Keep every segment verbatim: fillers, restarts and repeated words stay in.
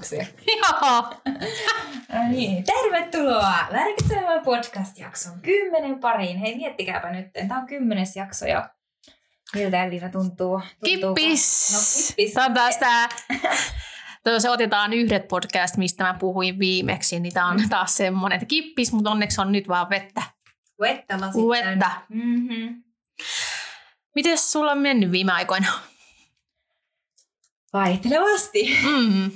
alustuksia. Joo. No niin, tervetuloa Värkyttelemään podcast-jakson kymmenen pariin. Hei, miettikääpä nyt, tämä on kymmenes jakso jo. Miltä Elina tuntuu? Kippis! No, kippis. Tämä on taas tämä, se otetaan yhdet podcast, mistä mä puhuin viimeksi, niin tämä on taas semmoinen, että kippis, mutta onneksi on nyt vaan vettä. Vettä lasittain. Vettä. Mm-hmm. Mites sulla on mennyt viime aikoina? Vaihtelevasti. Mm.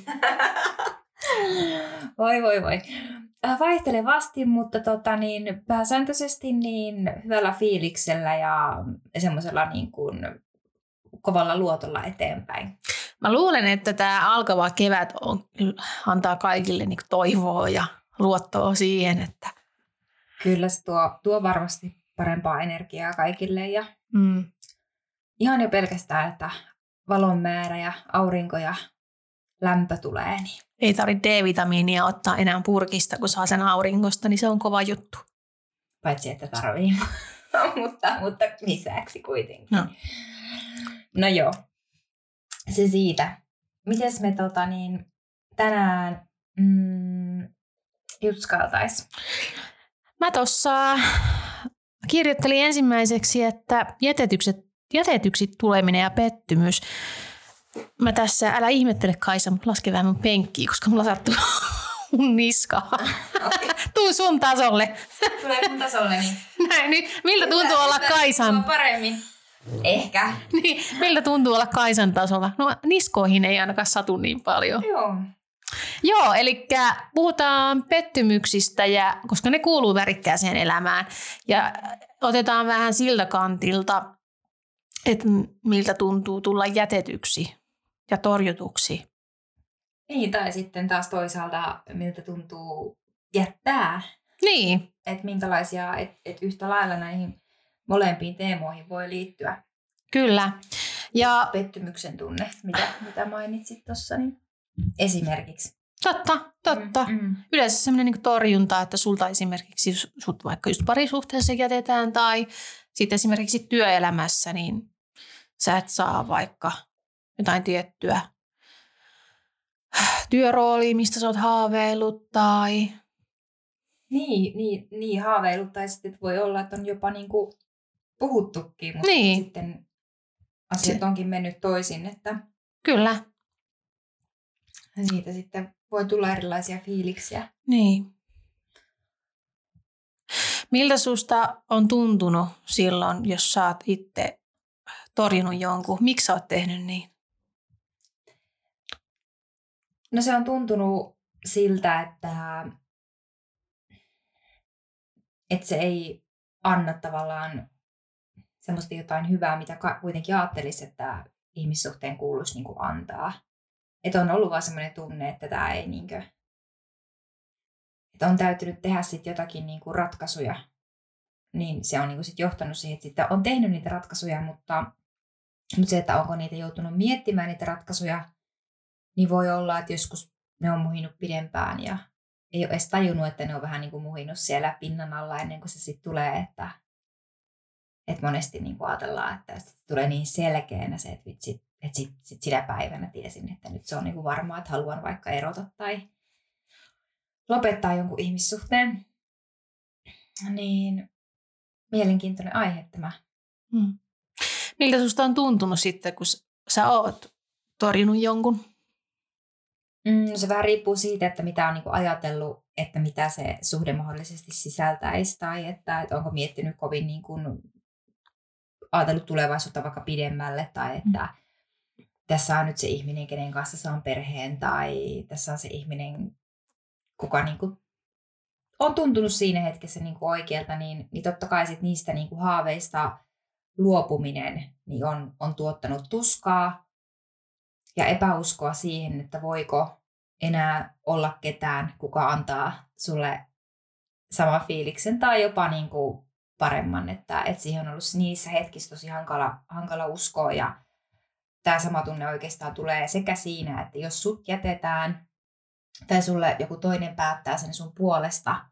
voi voi voi. Vaihtelevasti, mutta tota niin, pääsääntöisesti niin hyvällä fiiliksellä ja semmoisella niin kuin kovalla luotolla eteenpäin. Mä luulen, että tämä alkava kevät on, antaa kaikille niin toivoa ja luottoa siihen, että... Kyllä se tuo, tuo varmasti parempaa energiaa kaikille ja mm. ihan jo pelkästään, että valon määrä ja aurinko ja lämpö tulee. Niin. Ei tarvitse D-vitamiinia ottaa enää purkista, kun saa sen auringosta, niin se on kova juttu. Paitsi, että tarvii, mutta, mutta lisäksi kuitenkin. No. no joo, se siitä. Mites me tota, niin, tänään mm, jutskailtais? Mä tossa kirjoittelin ensimmäiseksi, että jätetykset, jätetyksi tuleminen ja pettymys. Mä tässä, älä ihmettele Kaisa, mutta laske vähän mun penkkiä, koska mulla sattuu mun niskaa. Okay. Tuu sun tasolle. Tulee mun tasolle, niin. Näin, nyt, miltä tuntuu hyvä, olla hyvä, Kaisan? Paremmin. Ehkä. Niin, miltä tuntuu olla Kaisan tasolla? No niskoihin ei ainakaan satu niin paljon. Joo. Joo, eli puhutaan pettymyksistä, ja, koska ne kuuluu värikkääseen elämään. Ja otetaan vähän siltä kantilta, että miltä tuntuu tulla jätetyksi ja torjutuksi. Niin, tai sitten taas toisaalta, miltä tuntuu jättää. Niin. Että minkälaisia, että et yhtä lailla näihin molempiin teemoihin voi liittyä. Kyllä. Ja pettymyksen tunne, mitä, mitä mainitsit tuossa, niin esimerkiksi. Totta, totta. Mm, mm. Yleensä sellainen niin kuin torjunta, että sulta esimerkiksi sut vaikka just parisuhteessa jätetään tai sitten esimerkiksi työelämässä, niin sä et saa vaikka jotain tiettyä työroolia, mistä sä oot haaveillut tai... Niin, niin, niin haaveillut tai sitten voi olla, että on jopa niin kuin puhuttukin, mutta niin. sitten asiat onkin mennyt toisin, että... Kyllä. Niitä sitten voi tulla erilaisia fiiliksiä. Niin. Miltä susta on tuntunut silloin, jos sä oot itse torjunut jonkun? Miksi sä oot tehnyt niin? No se on tuntunut siltä, että, että se ei anna tavallaan semmoista jotain hyvää, mitä kuitenkin ajattelisi, että ihmissuhteen kuuluisi niin kuin antaa. Että on ollut vaan semmoinen tunne, että tämä ei niinkö, että on täytynyt tehdä sitten jotakin niinku ratkaisuja. Niin se on niinku sit johtanut siihen, että sitten on tehnyt niitä ratkaisuja, mutta, mutta se, että onko niitä joutunut miettimään niitä ratkaisuja, niin voi olla, että joskus ne on muhinut pidempään ja ei ole edes tajunnut, että ne on vähän niinku muhinut siellä pinnan alla ennen kuin se sitten tulee, että, että monesti niinku ajatellaan, että tulee niin selkeänä se, että vitsi, että sitten sit sinä päivänä tiesin, että nyt se on niinku varmaa, että haluan vaikka erota tai lopettaa jonkun ihmissuhteen. Niin mielenkiintoinen aihe tämä. Hmm. Miltä susta on tuntunut sitten, kun sä oot torjunut jonkun? Mm, se vähän riippuu siitä, että mitä on niinku ajatellut, että mitä se suhde mahdollisesti sisältäisi tai että, että onko miettinyt kovin niin kuin, ajatellut tulevaisuutta vaikka pidemmälle tai että hmm. tässä on nyt se ihminen, kenen kanssa saan perheen, tai tässä on se ihminen, kuka niinku on tuntunut siinä hetkessä niinku oikealta, niin, niin totta kai sit niistä niinku haaveista luopuminen niin on, on tuottanut tuskaa ja epäuskoa siihen, että voiko enää olla ketään, kuka antaa sulle saman fiiliksen tai jopa niinku paremman, että, että siihen on ollut niissä hetkissä tosi hankala, hankala uskoa ja tämä sama tunne oikeastaan tulee sekä siinä, että jos sut jätetään tai sulle joku toinen päättää sen sun puolesta,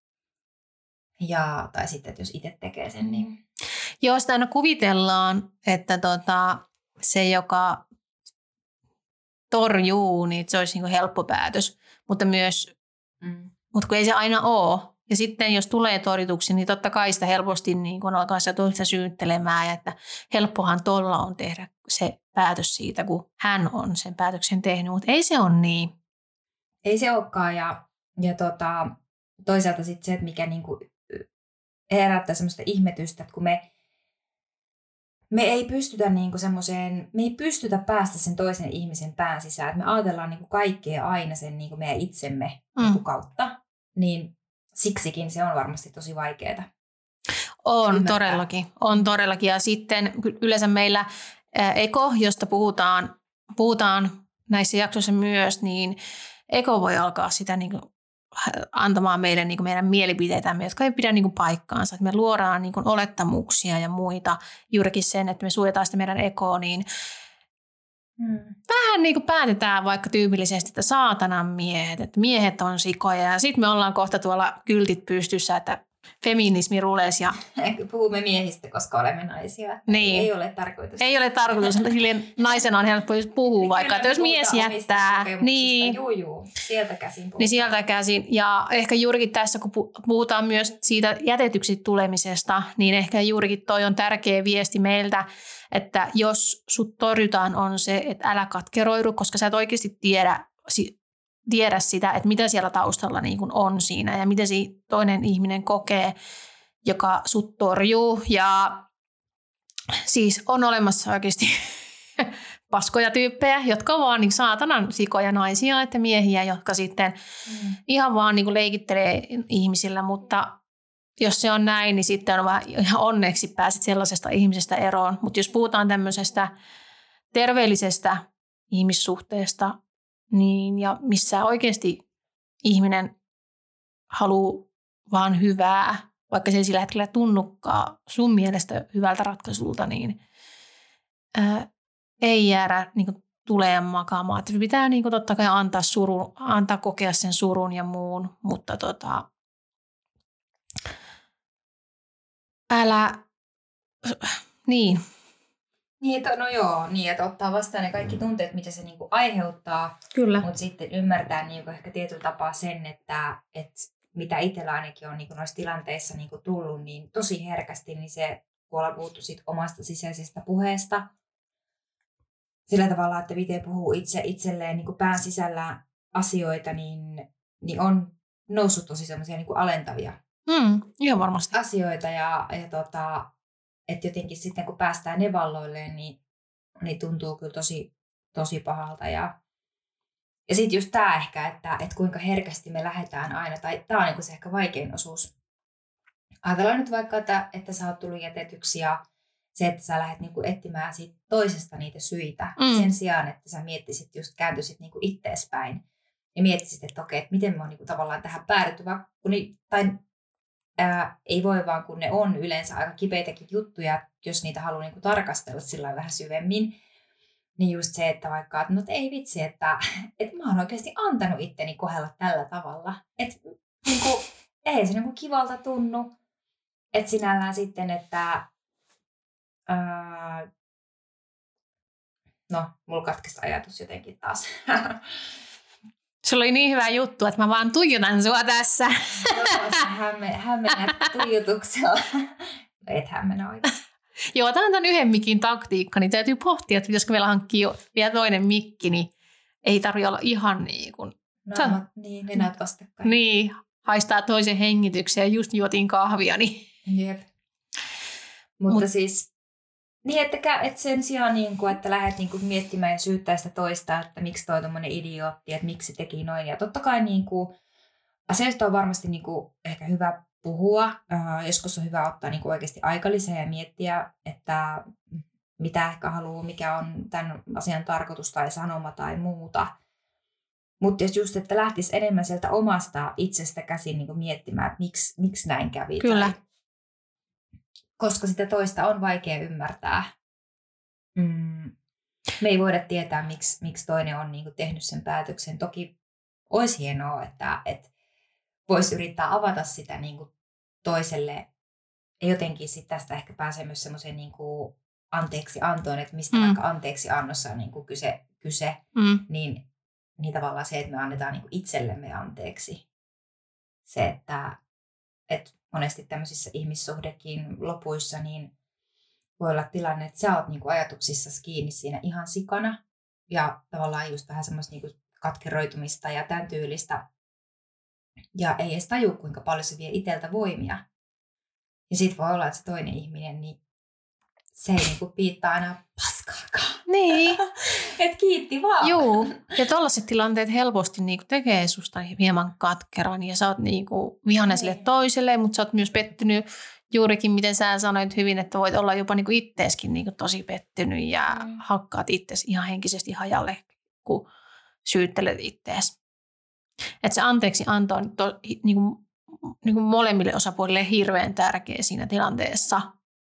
ja, tai sitten, että jos itse tekee sen, niin... Joo, sitä aina kuvitellaan, että tota, se, joka torjuu, niin se olisi niin kuin helppo päätös. Mutta myös, mm. mutta kun ei se aina ole. Ja sitten jos tulee torjutuksi, niin totta kai sitä helposti niin kun alkaa sitä toista syyttelemään. Ja että helppohan tuolla on tehdä se päätös siitä, kun hän on sen päätöksen tehnyt. Mutta ei se ole niin. Ei se olekaan. Ja, ja tota, toisaalta sitten se, että mikä niinku herättää semmoista ihmetystä, että kun me, me ei pystytä niinku semmoiseen, me ei pystytä päästä sen toisen ihmisen pään sisään. Että me ajatellaan niinku kaikkea aina sen niinku meidän itsemme mm. niinku kautta. Niin siksikin se on varmasti tosi vaikeaa. On ymmärtää. todellakin. On todellakin. Ja sitten yleensä meillä ää, eko, josta puhutaan, puhutaan näissä jaksoissa myös, niin eko voi alkaa sitä niin kuin antamaan meille niin kuin meidän mielipiteitämme, jotka ei pidä niin kuin paikkaansa. Että me luodaan niin kuin olettamuksia ja muita. Juurikin sen, että me suojataan sitä meidän ekoa, niin Hmm. vähän niin kuin päätetään vaikka tyypillisesti, että saatanan miehet, että miehet on sikoja ja sitten me ollaan kohta tuolla kyltit pystyssä, että feminismi rules. Ja puhumme miehistä, koska olemme naisia. Niin. Ei ole tarkoitus. Ei ole tarkoitus. Naisena on helppo puhua vaikka, että jos mies jättää. Niin. Juu, juu. Sieltä käsin puhutaan. Niin sieltä käsin. Ja ehkä juurikin tässä, kun puhutaan myös siitä jätetyksi tulemisesta, niin ehkä juurikin toi on tärkeä viesti meiltä, että jos sut torjutaan on se, että älä katkeroidu, koska sä et oikeasti tiedä, tiedä sitä, että mitä siellä taustalla niin kuin on siinä ja mitä toinen ihminen kokee, joka sut torjuu. Ja siis on olemassa oikeasti paskoja tyyppejä, jotka on vaan niin saatanan sikoja naisia, että miehiä, jotka sitten mm. ihan vaan niin kuin leikittelee ihmisillä, mutta jos se on näin, niin sitten on vähän ihan onneksi pääset sellaisesta ihmisestä eroon. Mutta jos puhutaan tämmöisestä terveellisestä ihmissuhteesta, niin ja missä oikeasti ihminen haluaa vaan hyvää, vaikka se ei sillä hetkellä tunnukaan sun mielestä hyvältä ratkaisulta, niin ää, ei jäädä niin kuin tulemaan makaamaan. Että pitää niin kuin totta kai antaa, surun, antaa kokea sen surun ja muun, mutta tota, älä, niin. Niin, että, no joo, niin, että ottaa vastaan ne kaikki tunteet, mitä se niinku aiheuttaa. Kyllä. Mutta sitten ymmärtää niinku ehkä tietyllä tapaa sen, että, että mitä itsellä ainakin on niinku noissa tilanteissa niinku tullut, niin tosi herkästi niin se, kun ollaan puhuttu sit omasta sisäisestä puheesta, sillä tavalla, että miten puhuu itse itselleen niinku pään sisällä asioita, niin, niin on noussut tosi semmoisia niinku alentavia mm, ihan varmasti. asioita. Ja, ja tota, että jotenkin sitten kun päästään ne valloilleen, niin, niin tuntuu kyllä tosi, tosi pahalta. Ja, ja sitten just tämä ehkä, että, että kuinka herkästi me lähdetään aina, tai tämä on niin kuin se ehkä vaikein osuus. Ajatellaan nyt vaikka, että, että sä oot tullut jätetyksi ja se, että sä lähdet niin kuin etsimään siitä toisesta niitä syitä mm. sen sijaan, että sä miettisit just, kääntyisit niin kuin ittees päin ja miettisit, että okei, että miten me on niin kuin tavallaan tähän päädytty, niin, tai ää, ei voi vaan, kun ne on yleensä aika kipeitäkin juttuja, jos niitä haluaa niin kuin tarkastella sillä vähän syvemmin, niin just se, että vaikka, että no ei vitsi, että, että mä oon oikeasti antanut itteni kohdella tällä tavalla, että niin kuin, ei se niin kuin kivalta tunnu, että sinällään sitten, että ää, no, mulla katkesi ajatus jotenkin taas. Sulla oli niin hyvä juttu, että mä vaan tuijotan sua tässä. Joo, sä hämme, hämmennät tuijotuksella. Et hämmennä oikeasti. Joo, tämä on tämän yhden mikin taktiikka, niin täytyy pohtia, että pitäisikö meillä hankkia vielä toinen mikki, niin ei tarvitse olla ihan niin kuin... No, Sä... mä, niin, ne näyt vastakkain. Niin, haistaa toisen hengitykseen ja just juotin kahvia, niin... Jep. Mutta Mut... siis... Niin, että, että sen sijaan, niin kuin, että lähdet niin kuin, miettimään ja syyttää sitä toista, että miksi toi tommonen idiootti, että miksi se teki noin. Ja totta kai niin kuin, asioista on varmasti niin kuin, ehkä hyvä puhua. Uh, joskus on hyvä ottaa niin kuin, oikeasti aikalisää ja miettiä, että mitä ehkä haluaa, mikä on tämän asian tarkoitus tai sanoma tai muuta. Mutta jos just, että lähtisi enemmän sieltä omasta itsestä käsin niin kuin, miettimään, että miksi, miksi näin kävi. Kyllä. Tai, koska sitä toista on vaikea ymmärtää. Mm. Me ei voida tietää, miksi, miksi toinen on niin kuin tehnyt sen päätöksen. Toki olisi hienoa, että, että voisi yrittää avata sitä niin kuin toiselle. Ja jotenkin sit tästä ehkä pääsee myös semmoiseen niin kuin anteeksi antoon, että mistä mm. vaikka anteeksi annossa on niin kuin kyse, kyse mm. niin, niin tavallaan se, että me annetaan niin kuin itsellemme anteeksi. Se, että, että monesti tämmöisissä ihmissuhdekin lopuissa niin voi olla tilanne, että sä oot niin kuin ajatuksissasi kiinni siinä ihan sikana ja tavallaan just vähän semmoista niin kuin katkeroitumista ja tämän tyylistä. Ja ei edes taju, kuinka paljon se vie itseltä voimia. Ja sit voi olla, että se toinen ihminen, niin se ei niinku piittaa aina paskaakaan. Niin. Et kiitti vaan. Joo. Ja tollaiset tilanteet helposti niinku tekee susta hieman katkeran. Ja sä oot niinku vihainen sille toiselle, mutta sä oot myös pettynyt juurikin, miten sä sanoit hyvin, että voit olla jopa niinku itteeskin niinku tosi pettynyt ja mm. hakkaat ittees ihan henkisesti hajalle, kun syyttelet ittees. Että se anteeksi anto on to, niinku, niinku molemmille osapuolille hirveän tärkeä siinä tilanteessa.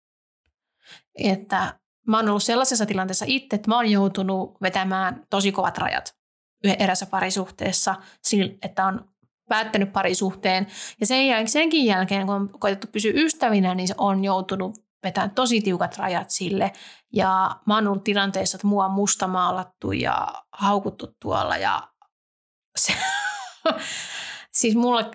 Että mä oon ollut sellaisessa tilanteessa itse, että mä oon joutunut vetämään tosi kovat rajat erässä parisuhteessa, että on päättänyt parisuhteen. Ja sen jälkeen, senkin jälkeen, kun on koetettu pysyä ystävinä, niin se on joutunut vetämään tosi tiukat rajat sille. Ja mä oon ollut tilanteessa, että mua on mustamaalattu ja haukuttu tuolla. Ja se, siis mulla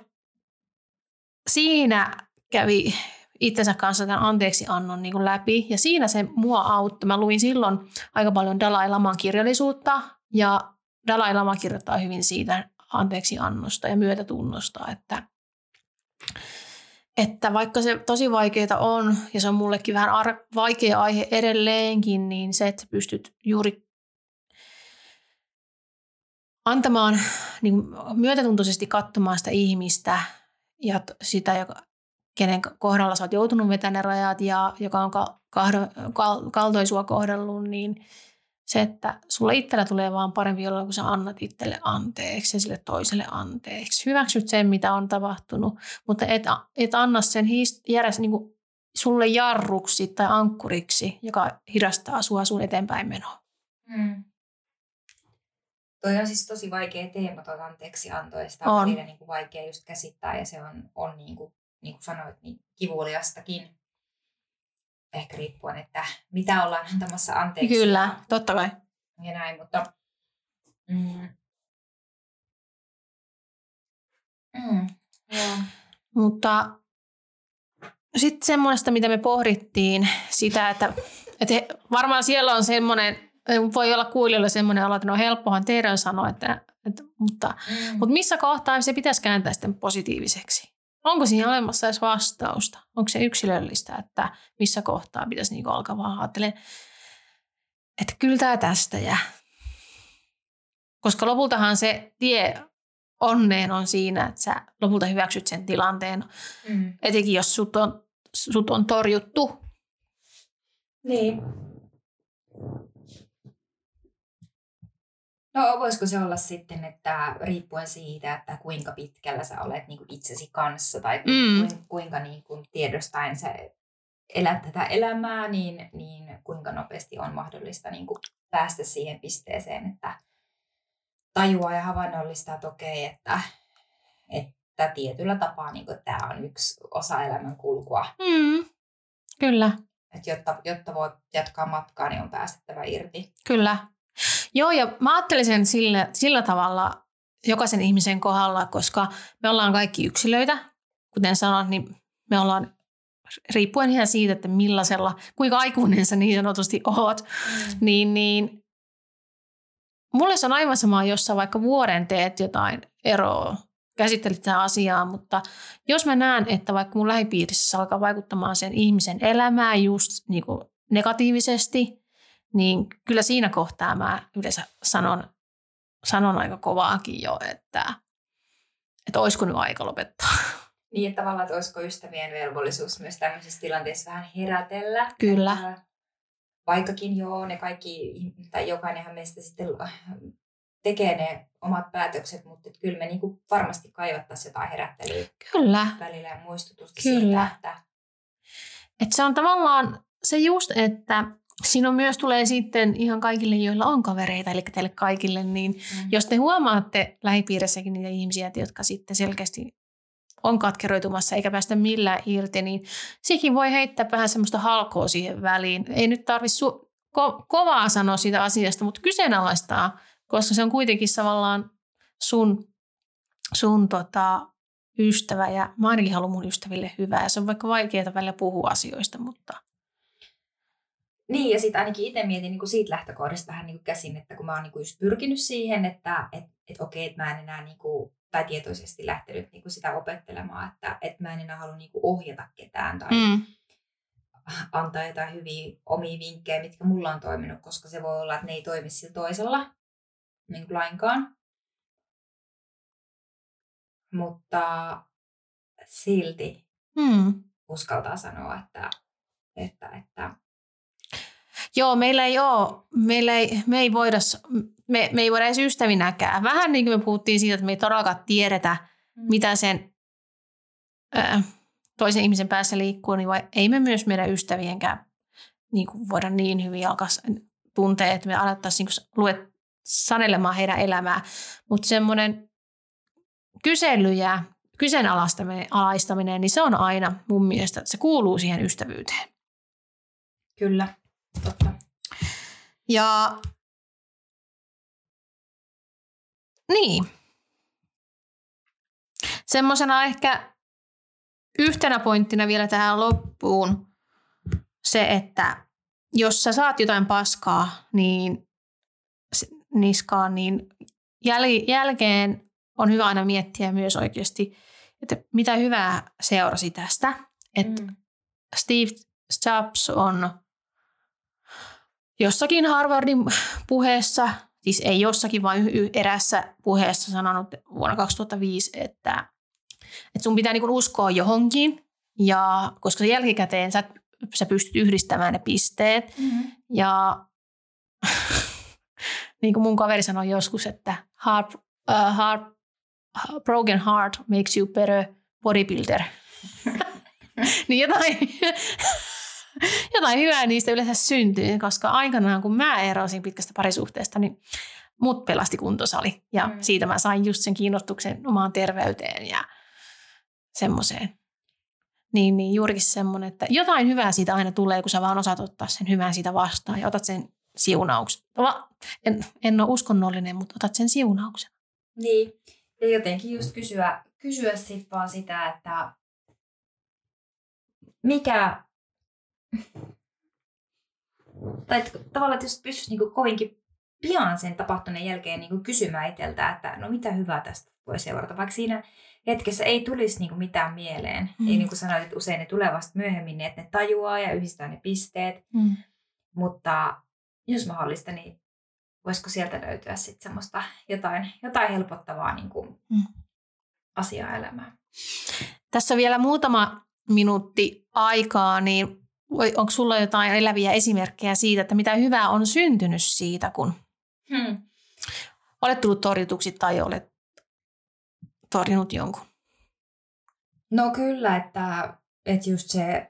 siinä kävi itsensä kanssa tämän anteeksi annon niin kuin läpi. Ja siinä se mua auttoi. Mä luin silloin aika paljon Dalai Laman kirjallisuutta. Ja Dalai Lama kirjoittaa hyvin siitä anteeksi annosta ja myötätunnosta. Että, että vaikka se tosi vaikeaa on, ja se on mullekin vähän ar- vaikea aihe edelleenkin, niin se, että pystyt juuri antamaan niin myötätuntoisesti katsomaan sitä ihmistä ja sitä, joka kenen kohdalla sä oot joutunut vetämään ne rajat ja joka on kaltoisua kohdellut, niin se, että sulla itsellä tulee vaan parempi olla, kun sä annat itselle anteeksi ja sille toiselle anteeksi. Hyväksyt sen, mitä on tapahtunut, mutta et, et anna sen jäädä niin kuin sulle jarruksi tai ankkuriksi, joka hidastaa sua sun eteenpäin menoa. Hmm. Toi on siis tosi vaikea teema, toi anteeksi antoista. On välillä niin kuin vaikea just käsittää ja se on, on niin kuin niin kuin sanoit, niin kivuliastakin. Ehkä riippuen, että mitä ollaan antamassa anteeksi. Kyllä, totta kai. Ja näin, mutta mm, mm, joo. Mutta sitten semmoista, mitä me pohdittiin, sitä, että, että varmaan siellä on semmoinen, voi olla kuulijoilla semmoinen olo, että no helppohan teidän sanoa, että, että, mutta, mm. mutta missä kohtaa se pitäisi kääntää sitten positiiviseksi? Onko siihen olemassa edes vastausta? Onko se yksilöllistä, että missä kohtaa pitäisi niinku alkaa vaan ajattelemaan, että kyllä tämä tästä jää. Koska lopultahan se tie onneen on siinä, että sä lopulta hyväksyt sen tilanteen, mm. etenkin jos sut on, sut on torjuttu. Niin. No voisiko se olla sitten, että riippuen siitä, että kuinka pitkällä sä olet niin kuin itsesi kanssa tai mm. kuinka, kuinka niin kuin tiedostaen sä elät tätä elämää, niin, niin kuinka nopeasti on mahdollista niin kuin päästä siihen pisteeseen, että tajuaa ja havainnollistaa, että okei, että, että tietyllä tapaa niin kuin tämä on yksi osa elämän kulkua. Mm. Kyllä. Että jotta, jotta voi jatkaa matkaa, niin on päästettävä irti. Kyllä. Joo, ja mä ajattelen sen sillä, sillä tavalla jokaisen ihmisen kohdalla, koska me ollaan kaikki yksilöitä. Kuten sanoit, niin me ollaan riippuen ihan siitä, että millaisella, kuinka aikuinen sä niin sanotusti oot, mm. niin, niin mulle se on aivan sama, jos sä vaikka vuoden teet jotain eroa, käsittelit sitä asiaa, mutta jos mä näen, että vaikka mun lähipiirissä se alkaa vaikuttamaan sen ihmisen elämään just niin kuin negatiivisesti, niin kyllä siinä kohtaa mä yleensä sanon, sanon aika kovaakin jo, että, että olisiko nyt aika lopettaa. Niin, että tavallaan, että olisiko ystävien velvollisuus myös tämmöisessä tilanteessa vähän herätellä. Kyllä. Että vaikkakin joo, ne kaikki, tai jokainenhan meistä sitten tekee ne omat päätökset, mutta kyllä me niinku varmasti kaivattaisiin jotain herättelyä. Kyllä. Välillä ja muistutusta kyllä. siitä, että että se on tavallaan se just, että siinä on myös tulee sitten ihan kaikille, joilla on kavereita, eli teille kaikille, niin mm. jos te huomaatte lähipiirissäkin niitä ihmisiä, jotka sitten selkeästi on katkeroitumassa eikä päästä millään irti, niin sekin voi heittää vähän semmoista halkoa siihen väliin. Ei nyt tarvitse su- ko- kovaa sanoa siitä asiasta, mutta kyseenalaistaa, koska se on kuitenkin tavallaan sun, sun tota, ystävä ja mä ainakin haluan mun ystäville hyvää. Ja se on vaikka vaikeaa välillä puhua asioista, mutta... Niin, ja sitten ainakin itse mietin niin kuin siitä lähtökohdasta vähän niin kuin käsin, että kun mä oon niin kuin just pyrkinyt siihen, että et, et okei, että mä en enää, niin kuin, tai tietoisesti lähtenyt niin kuin sitä opettelemaan, että et mä en enää halua niin kuin ohjata ketään tai mm. antaa jotain hyviä omia vinkkejä, mitkä mulla on toiminut, koska se voi olla, että ne ei toimi sillä toisella niin kuin lainkaan. Mutta silti mm. uskaltaa sanoa, että, että, että joo, meillä ei ole, meillä ei, me, ei voida, me, me ei voida edes ystävinäkään. Vähän niin kuin me puhuttiin siitä, että me ei todellakaan tiedetä, mm. mitä sen ää, toisen ihmisen päässä liikkuu, niin vai, ei me myös meidän ystävienkään niin kuin voida niin hyvin alkaa tuntea, että me alettaisiin niin luet, sanelemaan heidän elämää. Mutta semmoinen kysely ja kyseenalaistaminen, niin se on aina mun mielestä, että se kuuluu siihen ystävyyteen. Kyllä. Totta. Ja niin. Semmoisena ehkä yhtenä pointtina vielä tähän loppuun se, että jos sä saat jotain paskaa niin niskaan, niin jäl- jälkeen on hyvä aina miettiä myös oikeasti, että mitä hyvää seurasi tästä. Että mm. Steve Jobs on jossakin Harvardin puheessa, siis ei jossakin, vaan erässä puheessa sanonut vuonna kaksituhattaviisi, että, että sun pitää niinku uskoa johonkin, ja koska jälkikäteen sä, sä pystyt yhdistämään ne pisteet. Mm-hmm. Ja niin kuin mun kaveri sanoi joskus, että heart, uh, heart, broken heart makes you better bodybuilder. Niin jotain... Jotain hyvää niistä yleensä syntyy, koska aikanaan kun mä erosin pitkästä parisuhteesta, niin mut pelasti kuntosali. Ja mm. siitä mä sain just sen kiinnostuksen omaan terveyteen ja semmoiseen. Niin, niin juurikin semmoinen, että jotain hyvää siitä aina tulee, kun sä vaan osaat ottaa sen hyvän siitä vastaan ja otat sen siunauksen. En, en ole uskonnollinen, mutta otat sen siunauksen. Niin, ja jotenkin just kysyä, kysyä sit vaan sitä, että mikä... Tai että tavallaan, että jos pystyisi niin kuin kovinkin pian sen tapahtuneen jälkeen niin kuin kysymään itseltä, että no mitä hyvää tästä voi seurata, vaikka siinä hetkessä ei tulisi niin kuin mitään mieleen. Mm. Ei niin kuin sanoit, että usein ne tulee vasta myöhemmin, että ne tajuaa ja yhdistää ne pisteet. Mm. Mutta jos mahdollista, niin voisiko sieltä löytyä sitten semmoista jotain, jotain helpottavaa niin kuin mm. asiaa elämään. Tässä vielä muutama minuutti aikaa, niin onko sulla jotain eläviä esimerkkejä siitä, että mitä hyvää on syntynyt siitä, kun hmm. olet tullut torjutuksi tai olet torjunut jonkun? No kyllä, että, että just se,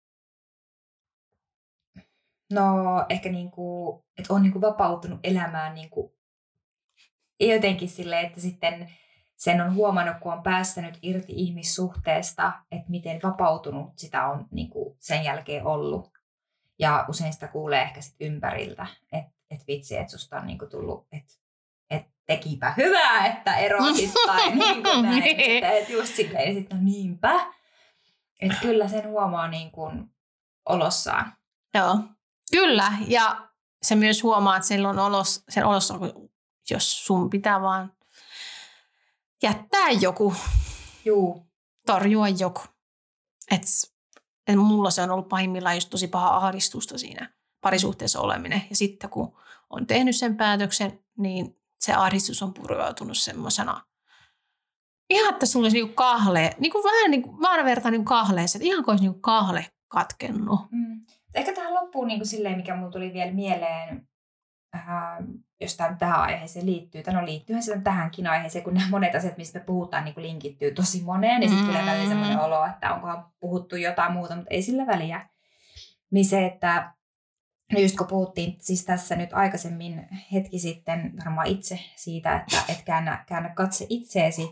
no ehkä niinku, että on niinku vapautunut elämään niinku, jotenkin silleen, että sitten sen on huomannut, kun on päästänyt irti ihmissuhteesta, että miten vapautunut sitä on niin kuin sen jälkeen ollut. Ja usein sitä kuulee ehkä sit ympäriltä, että et vitsi, että susta on niin kuin tullut, että et tekipä hyvää, että erosit tai niin kuin näin. Että et just silleen, että sit on niinpä. Että kyllä sen huomaa niin kuin olossaan. Joo, kyllä. Ja se myös huomaa, että sen on olos, sen olossa, jos sun pitää vaan jättää joku, Juu. torjua joku. Et, et mulla se on ollut pahimmillaan just tosi paha ahdistusta siinä parisuhteessa oleminen. Ja sitten kun on tehnyt sen päätöksen, niin se ahdistus on pureutunut semmoisena. Ihan, että sulla olisi niinku kahle, niinku vähän niin kuin, mä aina vertaan niinku kahleeseen, että ihan kuin olisi niinku kahle katkennut. Mm. Ehkä tähän loppuun niin kuin silleen, mikä mulla tuli vielä mieleen, äh, jos tämä tähän aiheeseen liittyy, tai no liittyyhän se tähänkin aiheeseen, kun nämä monet asiat, mistä me puhutaan, niin linkittyy tosi moneen, ja sitten tulee välillä semmoinen olo, että onkohan puhuttu jotain muuta, mutta ei sillä väliä. Niin se, että no just kun puhuttiin siis tässä nyt aikaisemmin hetki sitten varmaan itse siitä, että et käännä, käännä katse itseesi,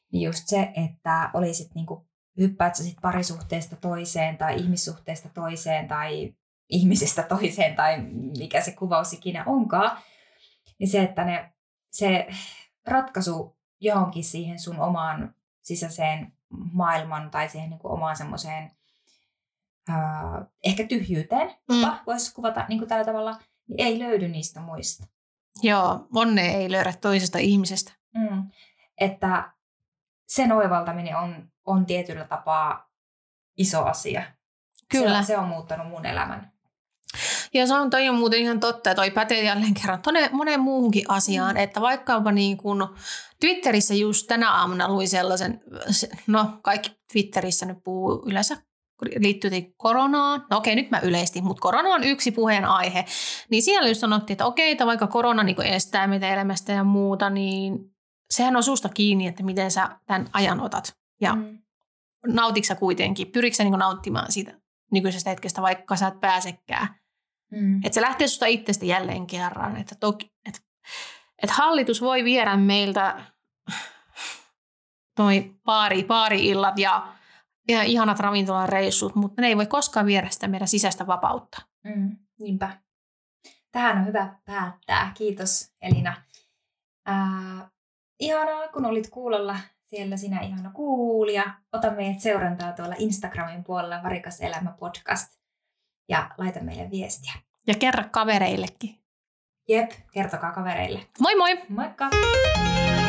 Niin just se, että olisit niinku, hyppäät sä sit parisuhteesta toiseen tai ihmissuhteesta toiseen tai ihmisestä toiseen tai mikä se kuvaus ikinä onkaan, niin se, että ne, se ratkaisu johonkin siihen sun omaan sisäiseen maailman tai siihen niin kuin omaan semmoiseen äh, ehkä tyhjyyteen, mm. voisi kuvata niin kuin tällä tavalla, niin ei löydy niistä muista. Joo, onnea ei löydä toisesta ihmisestä. Mm. Että sen oivaltaminen on, on tietyllä tapaa iso asia. Kyllä. Se, se on muuttanut mun elämän. Ja se on, toi on muuten ihan totta, ja toi pätee jälleen kerran tonne, moneen muuhunkin asiaan, mm. että vaikkapa niin kun Twitterissä just tänä aamuna luin sellaisen, no kaikki Twitterissä nyt puhuu yleensä, liittyy koronaan, no okei nyt mä yleistin, mutta korona on yksi puheenaihe, niin siellä just sanottiin, että okei, että vaikka korona niin estää meitä elämästä ja muuta, niin sehän on susta kiinni, että miten sä tämän ajan otat, ja mm. nautitko sä kuitenkin, pyritkö sä niin nauttimaan siitä nykyisestä hetkestä, vaikka sä et pääsekään. Mm. Että se lähtee susta itsestä jälleen kerran. Että toki, et, et hallitus voi viedä meiltä noi baari, baari-illat ja, ja ihanat ravintolareissut, mutta ne ei voi koskaan viedä sitä meidän sisäistä vapautta. Mm, niinpä. Tähän on hyvä päättää. Kiitos Elina. Äh, ihanaa, kun olit kuulolla. Siellä sinä ihana kuulija. Ota meidät seurantaa tuolla Instagramin puolella Varikas elämä podcast ja laita meille viestiä. Ja kerro kavereillekin. Jep, kertokaa kavereille. Moi moi! Moikka!